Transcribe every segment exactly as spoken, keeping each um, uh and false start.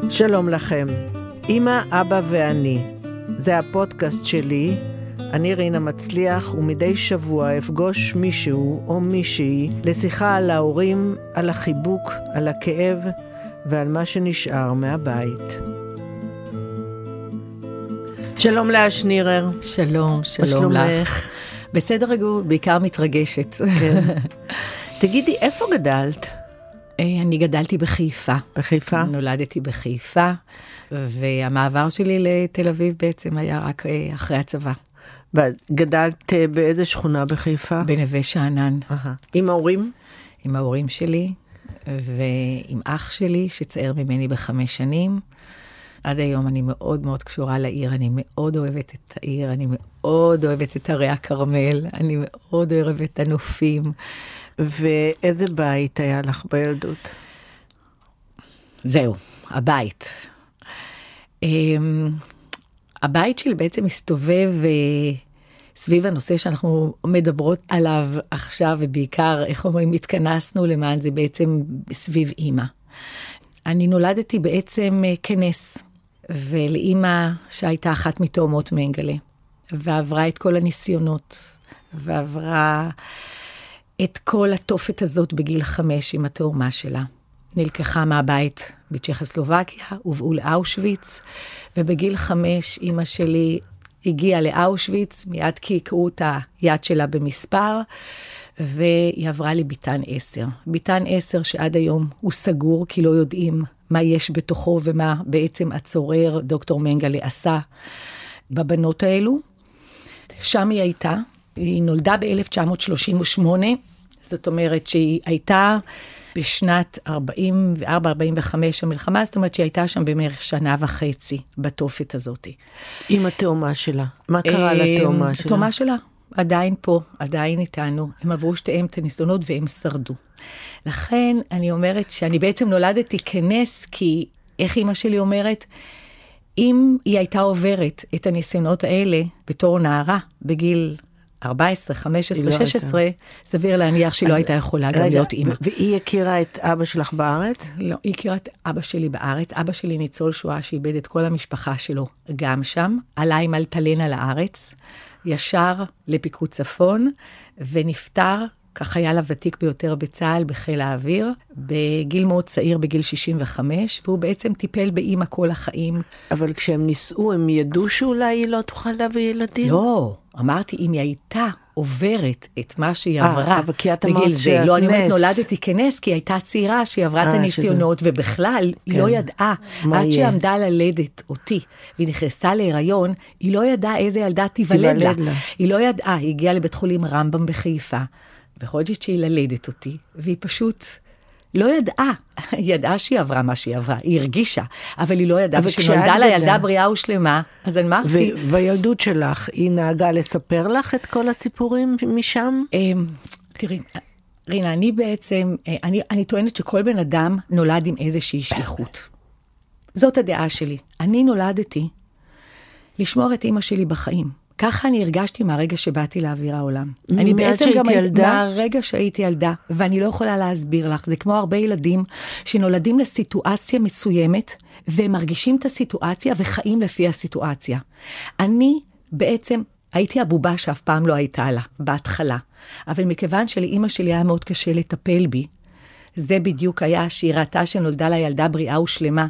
שלום לכם, אמא, אבא ואני. זה הפודקאסט שלי, אני רינה מצליח, ומדי שבוע אפגוש מישהו או מישהי לשיחה על ההורים, על החיבוק, על הכאב ועל מה שנשאר מהבית. שלום לאה שנירר. שלום, שלום לך. בסדר גמור, בעיקר מתרגשת. כן. תגידי, איפה גדלת? אני גדלתי בחיפה. בחיפה? נולדתי בחיפה, והמעבר שלי לתל אביב בעצם היה רק אחרי הצבא. וגדלת באיזה שכונה בחיפה? בנווה שאנן. עם ההורים? עם ההורים שלי, ועם אח שלי, שצעיר ממני בחמש שנים. עד היום אני מאוד מאוד קשורה לעיר, אני מאוד אוהבת את העיר, אני מאוד אוהבת את הרי הכרמל, אני מאוד אוהבת את הנופים. ואיזה בית היה לך בילדות? זהו, הבית. הבית שלי בעצם מסתובב סביב הנושא שאנחנו מדברות עליו עכשיו, ובעיקר, איך אומרים, התכנסנו למען זה בעצם סביב אימא. אני נולדתי בעצם כנס, ולאימא שהייתה אחת מתאומות מנגלה, ועברה את כל הניסיונות, ועברה את כל התופת הזאת בגיל חמש עם התאומה שלה. נלקחה מהבית בצ'כוסלובקיה, הובאו לאושוויץ, ובגיל חמש אימא שלי הגיעה לאושוויץ, מיד כי יקעו את היד שלה במספר, והיא עברה לביתן עשר. ביתן עשר שעד היום הוא סגור, כי לא יודעים מה יש בתוכו, ומה בעצם הצורר דוקטור מנגלה עשה בבנות האלו. שם היא הייתה, היא נולדה ב-אלף תשע מאות שלושים ושמונה, זאת אומרת שהיא הייתה בשנת ארבעים וארבע ארבעים וחמש המלחמה, זאת אומרת שהיא הייתה שם במהלך שנה וחצי בתופת הזאת. עם התאומה שלה. מה קרה לתאומה שלה? התאומה שלה עדיין פה, עדיין איתנו. הם עברו שתיהם את הניסיונות והם שרדו. לכן אני אומרת שאני בעצם נולדתי כנס, כי איך אמא שלי אומרת, אם היא הייתה עוברת את הניסיונות האלה בתור נערה בגיל ארבע עשרה, חמש עשרה, שש עשרה, סביר להניח שהיא לא הייתה יכולה גם להיות אימא. והיא הכירה את אבא שלך בארץ? לא, היא הכירה את אבא שלי בארץ. אבא שלי ניצול שואה שאיבד את כל המשפחה שלו גם שם. עלה עם אלטלנה לארץ, ישר לפיקוד צפון, ונפטר כחייל הוותיק ביותר בצה"ל בחיל האוויר, בגיל מאוד צעיר, בגיל שישים וחמש, והוא בעצם טיפל באמא כל החיים. אבל כשהם נישאו, הם ידעו שאולי היא לא תוכל להביא ילדים? לא, אמרתי, אם היא הייתה עוברת את מה שהיא עברה, בגיל זה, לא, אני אומרת, נולדתי כנס, כי היא הייתה צעירה שהיא עברה את הניסיונות, ובכלל, היא לא ידעה, עד שהיא עמדה ללדת אותי, והיא נכנסה להיריון, היא לא ידעה איזה ילדה תיוולד לה. היא לא ידעה, היא הגיעה לבית חולים רמב"ם בחיפה, בחודשת שהיא ללדת אותי, והיא פשוט לא ידעה, היא ידעה שהיא עברה מה שהיא עברה, היא הרגישה, אבל היא לא ידעה, ושנולדה לה ילדה בריאה ושלמה, אז אני אמרתי. ובילדות שלך, היא נהגה לספר לך את כל הסיפורים משם? תראי, רינה, אני בעצם, אני, אני טוענת שכל בן אדם נולד עם איזושהי שליחות. זאת הדעה שלי. אני נולדתי לשמור את אמא שלי בחיים. ככה אני הרגשתי מהרגע שבאתי לאוויר העולם. אני בעצם גם מהרגע שהייתי ילדה, ואני לא יכולה להסביר לך, זה כמו הרבה ילדים שנולדים לסיטואציה מסוימת, והם מרגישים את הסיטואציה וחיים לפי הסיטואציה. אני בעצם הייתי הבובה שאף פעם לא הייתה לה, בהתחלה. אבל מכיוון שלאמא שלי היה מאוד קשה לטפל בי, זה בדיוק היה שהיא ראתה שנולדה לה ילדה בריאה ושלמה,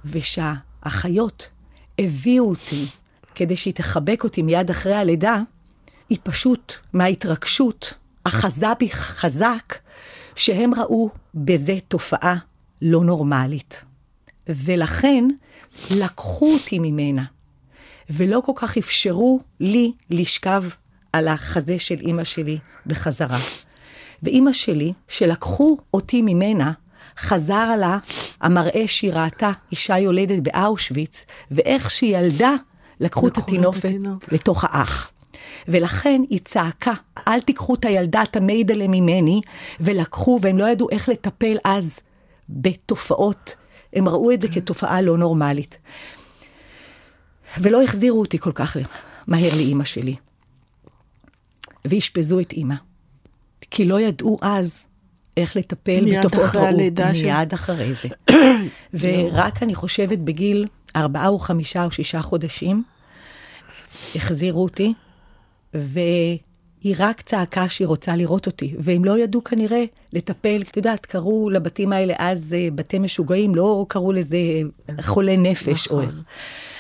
ושהאחיות הביאו אותי, כדי שהיא תחבק אותי מיד אחרי הלידה, היא פשוט מההתרגשות, אחזה בי חזק, שהם ראו בזה תופעה לא נורמלית. ולכן לקחו אותי ממנה, ולא כל כך אפשרו לי לשכב על החזה של אמא שלי בחזרה. ואמא שלי, שלקחו אותי ממנה, חזר עלה המראה שהיא ראתה אישה יולדת באושוויץ, ואיך שהיא ילדה, לקחו את התינופת לתוך האח. ולכן היא צעקה, אל תיקחו את הילדה, תמיד עליה ממני, ולקחו, והם לא ידעו איך לטפל אז בתופעות. הם ראו את זה כתופעה לא נורמלית. ולא החזירו אותי כל כך מהר לאמא שלי. והשפזו את אמא. כי לא ידעו אז איך לטפל בתופעות רעות. מיד אחרי זה. ורק אני חושבת בגיל ארבעה או חמישה או שישה חודשים, החזירו אותי, והיא רק צעקה שהיא רוצה לראות אותי, והם לא ידעו כנראה לטפל, את יודעת, קראו לבתים האלה אז בתי משוגעים, לא קראו לזה חולה נפש או איך.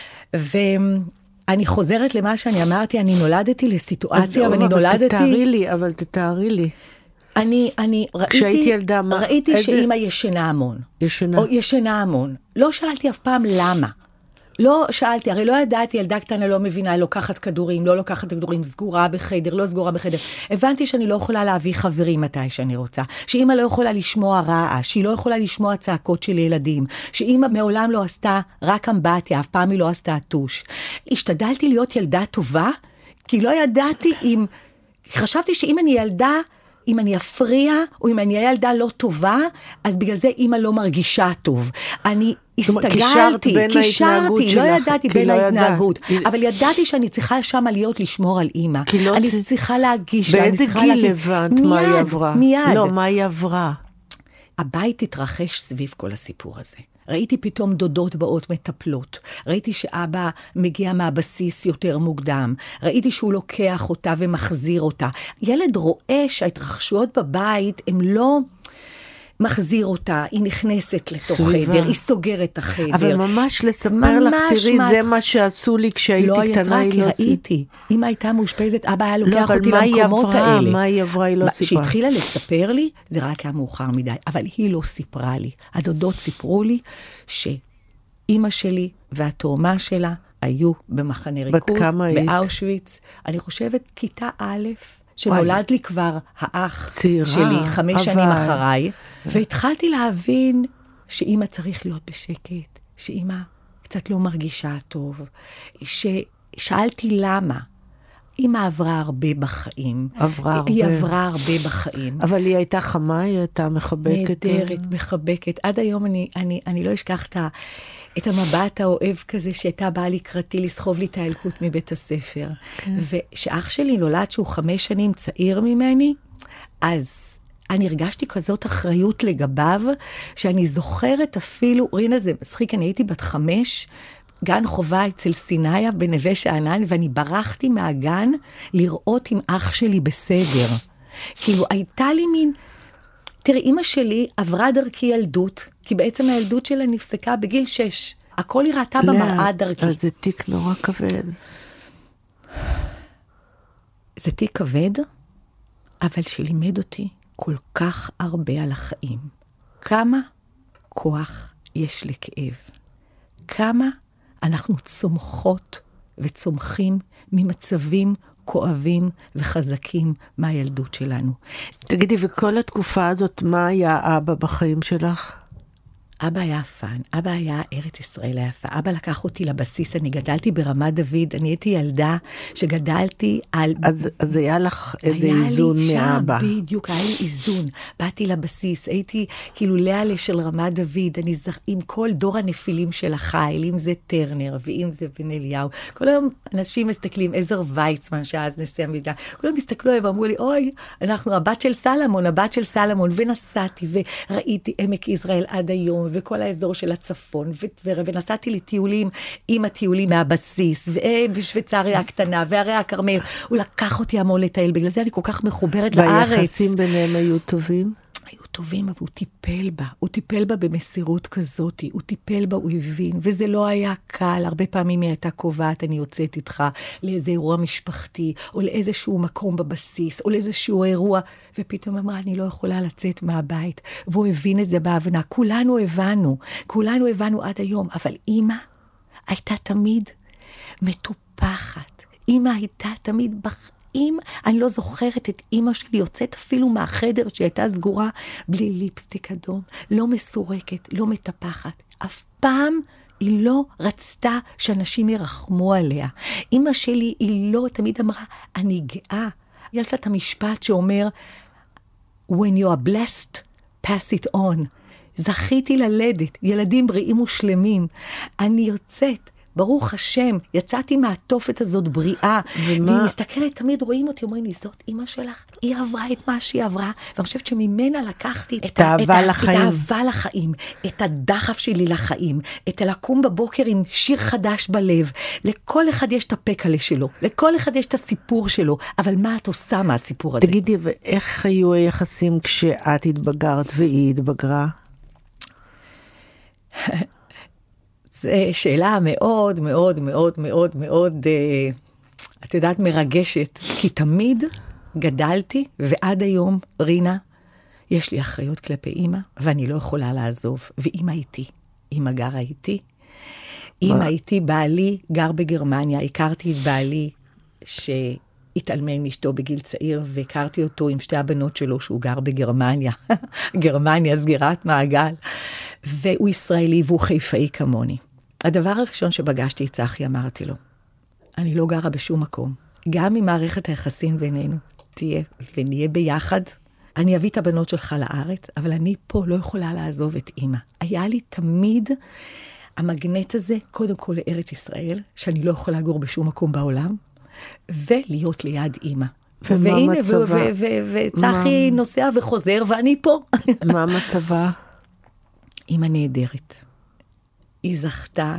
ואני חוזרת למה שאני אמרתי, אני נולדתי לסיטואציה, ואני נולדתי... תתארי לי, אבל תתארי לי. אני, אני ראיתי, ראיתי איזה... שאמא ישנה המון. ישנה. או ישנה המון. לא שאלתי אף פעם למה. לא שאלתי, הרי לא ידעתי, ילדה קטנה לא מבינה, לוקחת כדורים, לא לוקחת כדורים, סגורה בחדר, לא סגורה בחדר. הבנתי שאני לא יכולה להביא חברים מתי שאני רוצה, שאמא לא יכולה לשמוע רעש, שהיא לא יכולה לשמוע צעקות של ילדים, שאמא מעולם לא עשתה רק אמבטיה, אף פעם היא לא עשתה טוש. השתדלתי להיות ילדה טובה, כי לא ידעתי אם, חשבתי שאם אני ילדה, אם אני אפריע, או אם אני ילדה לא טובה, אז בגלל זה אמא לא מרגישה טוב. אני הסתגלתי, קישרתי, לא ידעתי בין ההתנהגות, אבל ידעתי שאני צריכה שם להיות לשמור על אמא. אני צריכה להגיש לה, אני צריכה להגיד. באיזה גיל הבנת מה היא עברה? מיד. לא, מה היא עברה? הבית התרחש סביב כל הסיפור הזה. ראיתי פתאום דודות באות מטפלות. ראיתי שאבא מגיע מהבסיס יותר מוקדם. ראיתי שהוא לוקח אותה ומחזיר אותה. ילד רואה שההתרחשויות בבית הם לא מחזיר אותה, היא נכנסת לתוך חדר, היא סוגרת את החדר. אבל ממש לספר לך, תראי, זה מה שעשו לי כשהייתי קטנה. לא יצרה, כי ראיתי. אמא הייתה מאושפזת, אבא היה לוקח אותי למקומות האלה. מה היא עברה? היא לא סיפרה. כשהתחילה לספר לי, זה רק היה מאוחר מדי, אבל היא לא סיפרה לי. הדודות סיפרו לי שאמא שלי והתאומה שלה היו במחנה ריכוז, באושוויץ. אני חושבת כיתה א', שנולד לי כבר האח שלי חמש שנים אחריי, והתחלתי להבין שאמא צריך להיות בשקט, שאמא קצת לא מרגישה טוב, ששאלתי למה. אמא עברה הרבה בחיים. עברה הרבה. היא עברה הרבה בחיים. אבל היא הייתה חמה, היא הייתה מחבקת. נהדרת, מחבקת. עד היום אני, אני, אני לא אשכח את ה... את המבט האוהב כזה שהייתה באה לקראתי לסחוב לי את הילקוט מבית הספר. כן. ושאח שלי נולד שהוא חמש שנים צעיר ממני, אז אני הרגשתי כזאת אחריות לגביו, שאני זוכרת אפילו, רינה זה מצחיק, אני הייתי בת חמש, גן חובה אצל סיניה בנווה שאנן, ואני ברחתי מהגן לראות עם אח שלי בסדר. כאילו הייתה לי מין... תראי, אמא שלי עברה דרכי ילדות, כי בעצם הילדות שלה נפסקה בגיל שש. הכל היא ראתה במראה דרכי. אז זה תיק נורא כבד. זה תיק כבד, אבל שלימד אותי כל כך הרבה על החיים. כמה כוח יש לכאב. כמה אנחנו צומחות וצומחים ממצבים כואבים וחזקים מהילדות שלנו. תגידי, וכל התקופה הזאת, מה היה אבא בחיים שלך? אבא היה פן, אבא היה ארץ ישראל היפה, אבא לקח אותי לבסיס, אני גדלתי ברמת דוד, אני הייתי ילדה שגדלתי על... אז, אז היה לך איזה איזון מאבא. היה לי שם, בדיוק, היה לי איזון, באתי לבסיס, הייתי כאילו לאלה של רמת דוד, אני זכ... עם כל דור הנפילים של החיל, אם זה טרנר, ואם זה בן אליהו, כל היום אנשים מסתכלים, עזר ויצמן, שאז נשיא המדינה, כולם מסתכלו ואמרו לי, אוי, אנחנו הבת של סלמון, הבת של סלמון, ונסעתי וראיתי עמק יזרעאל עד היום, וכל האזור של הצפון, וטבריה, ונסעתי לטיולים עם הטיולים מהבסיס, ובשוויצריה הקטנה, והרי הכרמל, הוא לקח אותי המון לטייל, בגלל זה אני כל כך מחוברת לארץ. והיחסים ביניהם היו טובים? היו טובים, אבל הוא טיפל בה, הוא טיפל בה במסירות כזאת, הוא טיפל בה, הוא הבין, וזה לא היה קל, הרבה פעמים היא הייתה קובעת, אני יוצאת איתך לאיזה אירוע משפחתי, או לאיזשהו מקום בבסיס, או לאיזשהו אירוע, ופתאום אמרה, אני לא יכולה לצאת מהבית, והוא הבין את זה בהבנה, כולנו הבנו, כולנו הבנו עד היום, אבל אמא הייתה תמיד מטופחת, אמא הייתה תמיד בחיים, אני לא זוכרת את אמא שלי יוצאת אפילו מהחדר שהייתה סגורה בלי ליפסטיק אדום, לא מסורקת, לא מטפחת. אף פעם היא לא רצתה שאנשים ירחמו עליה. אמא שלי היא לא תמיד אמרה, אני גאה. יש לה את המשפט שאומר, when you are blessed, pass it on. זכיתי ללדת, ילדים בריאים ושלמים. אני יוצאת ברוך השם, יצאתי מהתופת הזאת בריאה, ומה? והיא מסתכלת, תמיד רואים אותי, אומרים לי, זאת אמא שלך, היא עברה את מה שהיא עברה, ואני חושבת שממנה לקחתי את האהבה לחיים, את האהבה לחיים, את הדחף שלי לחיים, את הלקום בבוקר עם שיר חדש בלב. לכל אחד יש את הפקלה שלו, לכל אחד יש את הסיפור שלו, אבל מה את עושה מהסיפור הזה? תגידי, ואיך היו היחסים כשאת התבגרת והיא התבגרה? זו שאלה מאוד מאוד מאוד מאוד מאוד, את יודעת, מרגשת, כי תמיד גדלתי, ועד היום, רינה, יש לי אחריות כלפי אמא, ואני לא יכולה לעזוב, ואמא איתי, אמא גרה איתי, אמא איתי, בעלי גר בגרמניה, הכרתי את בעלי שהתעלמן מאשתו בגיל צעיר, והכרתי אותו עם שתי הבנות שלו שהוא גר בגרמניה, גרמניה, סגירת מעגל, והוא ישראלי והוא חיפאי כמוני. הדבר הראשון שבגשתי את צחי, אמרתי לו, אני לא גרה בשום מקום, גם אם מערכת היחסים בינינו תהיה ונהיה ביחד, אני אביא את הבנות שלך לארץ, אבל אני פה לא יכולה לעזוב את אמא. היה לי תמיד המגנט הזה, קודם כל לארץ ישראל, שאני לא יכולה לגור בשום מקום בעולם, ולהיות ליד אמא. ומה מצבה? וצחי נוסע וחוזר, ואני פה. מה מצבה? אמא נהדרת. היא זכתה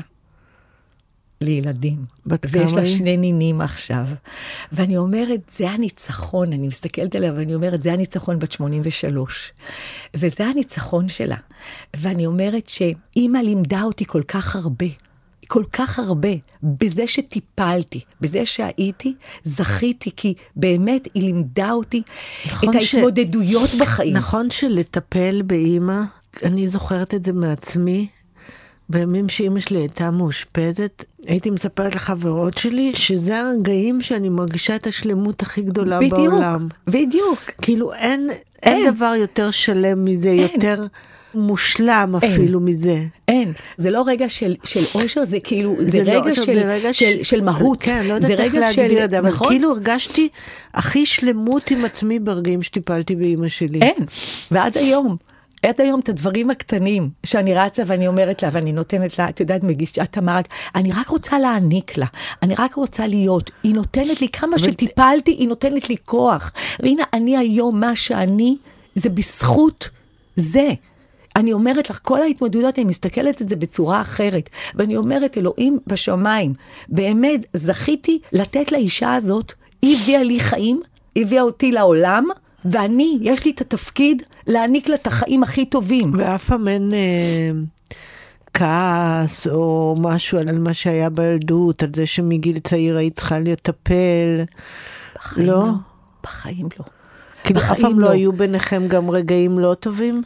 לילדים. בת כמה ויש לה היא? שני נינים עכשיו. ואני אומרת, זה הניצחון, אני מסתכלת עליה ואני אומרת, זה הניצחון בת שמונים ושלוש. וזה הניצחון שלה. ואני אומרת שאמא לימדה אותי כל כך הרבה, כל כך הרבה, בזה שטיפלתי, בזה שהייתי, זכיתי, כי באמת היא לימדה אותי נכון את ההתמודדויות ש... בחיים. נכון שלטפל באמא, אני זוכרת את זה מעצמי, בימים שאמא שלי הייתה מאושפזת, הייתי מספרת לחברות שלי, שזה הרגעים שאני מרגישה את השלמות הכי גדולה בדיוק, בעולם. בדיוק. כאילו אין, אין. אין דבר יותר שלם מזה, אין. יותר מושלם אפילו אין. מזה. אין, זה לא רגע של, של אושר, זה כאילו, זה, זה רגע, לא, של, זה רגע של, של, של מהות. כן, לא יודעת איך להגדיר את זה, אבל כאילו הרגשתי הכי שלמות עם עצמי ברגעים שטיפלתי באמא שלי. אין, ועד היום. עד היום את הדברים הקטנים שאני רצה ואני אומרת לה ואני נותנת לה, את יודעת, מגישת המרק, אני רק רוצה להעניק לה, אני רק רוצה להיות, היא נותנת לי כמה שטיפלתי, היא נותנת לי כוח. והנה, אני היום, מה שאני, זה בזכות זה. אני אומרת לך, כל ההתמודדות, אני מסתכלת את זה בצורה אחרת, ואני אומרת, אלוהים בשמיים, באמת זכיתי לתת לאישה הזאת, היא הביאה לי חיים, היא הביאה אותי לעולם, ואני, יש לי את התפקיד להעניק לה את החיים הכי טובים. ואף פעם אין אה, כעס או משהו על מה שהיה בילדות, על זה שמגיל צעיר היית צריכה לטפל. בחיים לא? לא. בחיים לא. כאילו אף פעם לא היו ביניכם גם רגעים לא טובים?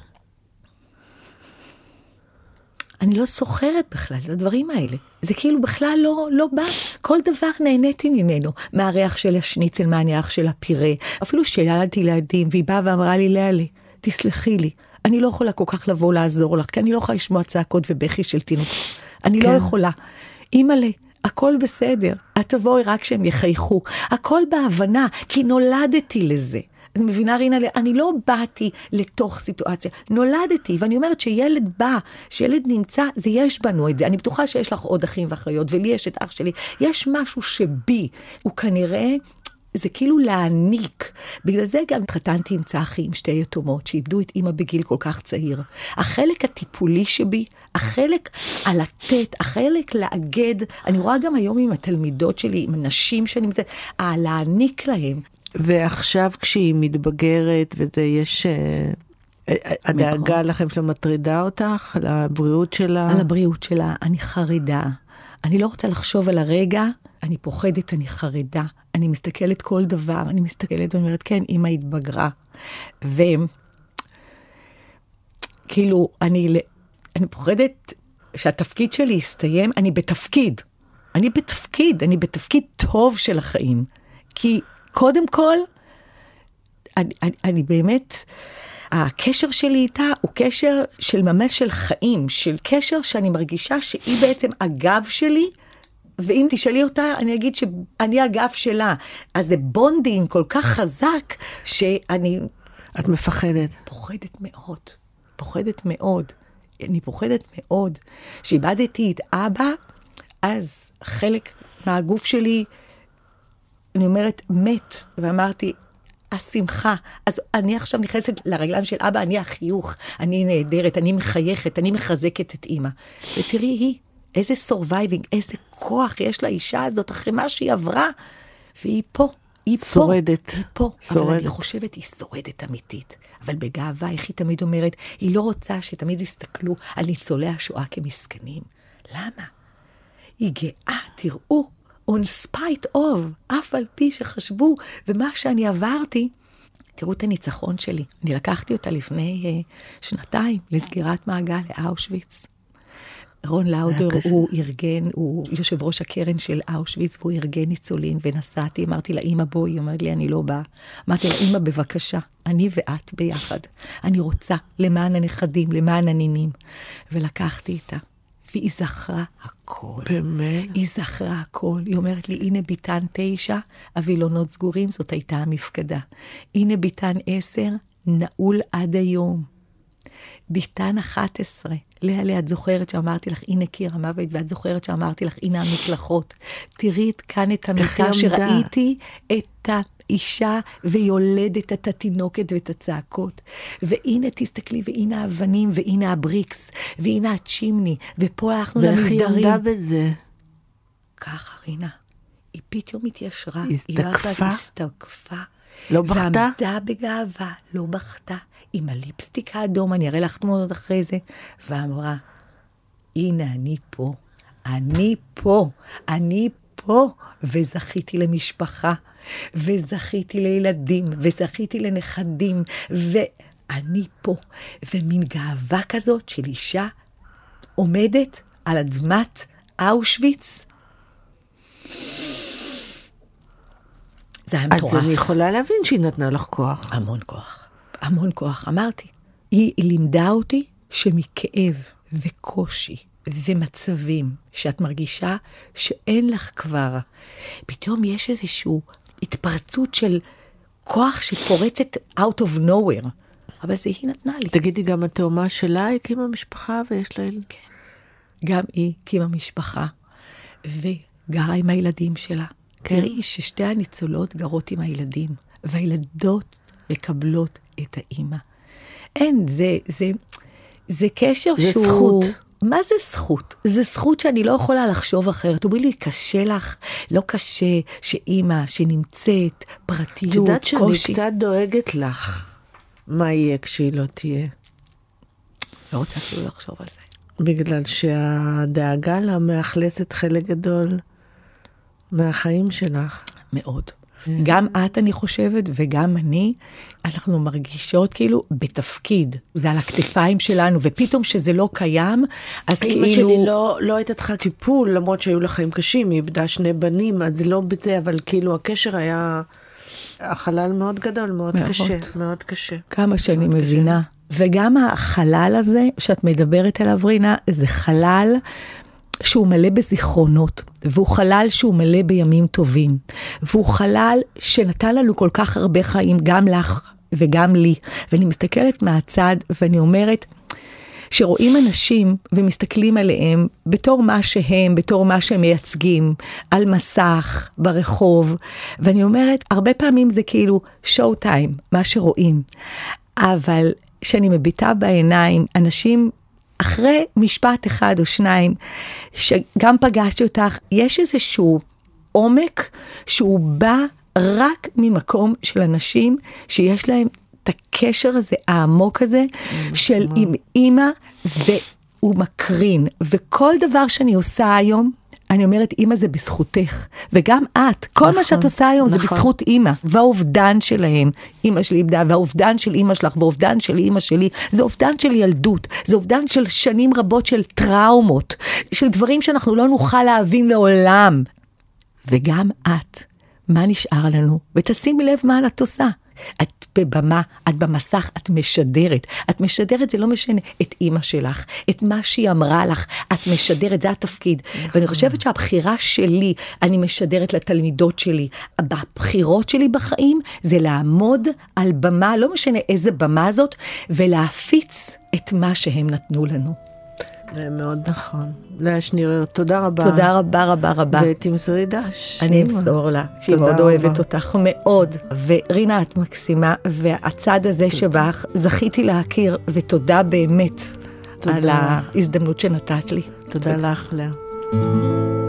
אני לא סוחרת בכלל את הדברים האלה. זה כאילו בכלל לא, לא בא. כל דבר נהניתי ממנו. מהריח של השניצל, מהניח של הפירה. אפילו שילדתי ילדים, והיא באה ואמרה לי, לאלי, תסלחי לי. אני לא יכולה כל כך לבוא לעזור לך, כי אני לא יכולה לשמוע צעקות ובכי של תינוק. אני כן. לא יכולה. אימא'לה, הכל בסדר. את תבואי רק שהם יחייכו. הכל בהבנה, כי נולדתי לזה. אני מבינה, רינה, אני לא באתי לתוך סיטואציה, נולדתי, ואני אומרת שילד בא, שילד נמצא, זה יש בנו את זה, אני בטוחה שיש לך עוד אחים ואחיות, ולי יש את אח שלי, יש משהו שבי, הוא כנראה, זה כאילו להעניק, בגלל זה גם התחתנתי עם צחי, עם שתי יתומות, שאיבדו את אמא בגיל כל כך צעיר, החלק הטיפולי שבי, החלק על לתת, החלק לאגד, אני רואה גם היום עם התלמידות שלי, עם נשים שאני מזה, להעניק להם, ועכשיו כשהיא מתבגרת וזה יש, הדאגה לכם שלה מטרידה אותך, על הבריאות שלה? על הבריאות שלה, אני חרדה. אני לא רוצה לחשוב על הרגע, אני פוחדת, אני חרדה. אני מסתכלת כל דבר, אני מסתכלת ואומרת, כן, אמא התבגרה. וכאילו, אני, אני פוחדת שהתפקיד שלי יסתיים, אני בתפקיד. אני בתפקיד, אני בתפקיד טוב של החיים. כי קודם כל, אני, אני, אני באמת, הקשר שלי איתה הוא קשר של ממש של חיים, של קשר שאני מרגישה שהיא בעצם הגב שלי, ואם תשאלי אותה, אני אגיד שאני הגב שלה. אז זה בונדינג כל כך חזק, שאני... את מפחדת? פוחדת מאוד, פוחדת מאוד. אני פוחדת מאוד. שאיבדתי את אבא, אז חלק מהגוף שלי, אני אומרת, מת, ואמרתי, השמחה. אז אני עכשיו נכנסת לרגליים של אבא, אני החיוך, אני נהדרת, אני מחייכת, אני מחזקת את אמא. ותראי היא, איזה סורווייבינג, איזה כוח יש לאישה הזאת, אחרי מה שהיא עברה, והיא פה, היא פה. שורדת. היא פה. שורדת. אבל אני חושבת, היא שורדת אמיתית. אבל בגאווה, איך היא תמיד אומרת, היא לא רוצה שתמיד יסתכלו על ניצולי השואה כמסכנים. למה? היא גאה, תראו, on spite of, אף על פי שחשבו, ומה שאני עברתי, תראו את הניצחון שלי. אני לקחתי אותה לפני uh, שנתיים, לסגירת מעגל לאושוויץ. רון לאודר הוא ארגן, הוא יושב ראש הקרן של אושוויץ, והוא ארגן ניצולים, ונסעתי, אמרתי לה, אמא בואי, היא אומרת לי, אני לא באה. אמרתי לה, אמא בבקשה, אני ואת ביחד. אני רוצה למען הנכדים, למען הנינים. ולקחתי איתה. והיא זכרה הכל. באמת? היא זכרה הכל. היא אומרת לי, הנה ביטן תשע, אבילונות סגורים, זאת הייתה המפקדה. הנה ביטן עשר, נעול עד היום. ביטן אחת עשרה, לאה לאה, את זוכרת שאמרתי לך, הנה קיר המוות, ואת זוכרת שאמרתי לך, הנה המקלחות. תראי כאן את המיטה שראיתי את האישה ויולדת את התינוקת ואת הצעקות. והנה תסתכלי, והנה האבנים, והנה הבריקס, והנה הצ'ימני, ופה הלכנו למסדרים. ואיך היא עמדה בזה? ככה, רינה. היא פתאום התיישרה. הסתקפה? היא הסתקפה. לא בכתה? ועמדה בגאווה, לא בכתה. עם הליפסטיק האדום, אני אראה לך תמונות אחרי זה, ואמרה, הנה אני פה, אני פה, אני פה, וזכיתי למשפחה, וזכיתי לילדים, וזכיתי לנכדים, ואני פה, ומין גאווה כזאת של אישה עומדת על אדמת אושוויץ. זה היה מטורף. אז אני יכולה להבין שהיא נתנה לך כוח. המון כוח. המון כוח, אמרתי. היא לימדה אותי שמכאב וקושי ומצבים שאת מרגישה שאין לך כבר, פתאום יש איזושהי התפרצות של כוח שפורצת out of nowhere. אבל זה היא נתנה לי. תגידי, גם התאומה שלה הקימה משפחה ויש לה... כן. גם היא הקימה משפחה וגרה עם הילדים שלה. כן. תראי ששתי הניצולות גרות עם הילדים, והילדות מקבלות את האמא. אין, זה, זה, זה קשר זה שהוא... זכות. מה זה זכות? זה זכות שאני לא יכולה לחשוב אחרת. אומרים לי, קשה לך, לא קשה שאמא שנמצאת, פרטיות, קושי. יודעת שאני קצת דואגת לך מה יהיה כשהיא לא תהיה. לא רוצה אפילו לחשוב על זה. בגלל שהדאגה לה מאכלסת חלק גדול מהחיים שלך. מאוד. גם את, אני חושבת, וגם אני, אנחנו מרגישות כאילו בתפקיד. זה על הכתפיים שלנו, ופתאום שזה לא קיים, אז כאילו... אמא שלי לא, לא הייתה צריכה טיפול, למרות שהיו לה חיים קשים, היא איבדה שני בנים, אז זה לא בזה, אבל כאילו הקשר היה... החלל מאוד גדול, מאוד, מאוד. קשה, מאוד קשה. כמה שאני מבינה. קשה. וגם החלל הזה, שאת מדברת עליו, רינה, זה חלל... שהוא מלא בזיכרונות, והוא חלל שהוא מלא בימים טובים, והוא חלל שנתן לנו כל כך הרבה חיים, גם לך וגם לי. ואני מסתכלת מהצד, ואני אומרת, שרואים אנשים ומסתכלים עליהם בתור מה שהם, בתור מה שהם מייצגים, על מסך, ברחוב, ואני אומרת, הרבה פעמים זה כאילו show time, מה שרואים. אבל שאני מביטה בעיניים, אנשים אחרי משפט אחד או שניים, שגם פגשתי אותך, יש איזשהו עומק שהוא בא רק ממקום של אנשים שיש להם את הקשר הזה, העמוק הזה, של עם אמא, והוא מקרין. וכל דבר שאני עושה היום, אני אומרת, אמא זה בזכותך, וגם את, כל נכון, מה שאת עושה היום נכון. זה בזכות אמא, והאובדן שלהם, אמא שלי איבדה, והאובדן של אמא שלך, והאובדן של אמא שלי, זה אובדן של ילדות, זה אובדן של שנים רבות של טראומות, של דברים שאנחנו לא נוכל להבין לעולם. וגם את, מה נשאר לנו? ותשימי לב מה את עושה. את בבמה, את במסך, את משדרת. את משדרת, זה לא משנה, את אמא שלך, את מה שהיא אמרה לך, את משדרת, זה התפקיד. ואני חושבת שהבחירה שלי, אני משדרת לתלמידות שלי, הבחירות שלי בחיים, זה לעמוד על במה, לא משנה איזה במה זאת, ולהפיץ את מה שהם נתנו לנו. זה מאוד נכון. לאה שנירר, תודה רבה. תודה רבה רבה רבה. ותמסרי דש. אני אמסור לה, שהיא מאוד אוהבת אותך, מאוד. ורינה, את מקסימה, והצד הזה שבך, זכיתי להכיר, ותודה באמת על ההזדמנות שנתת לי. תודה לך, לאה.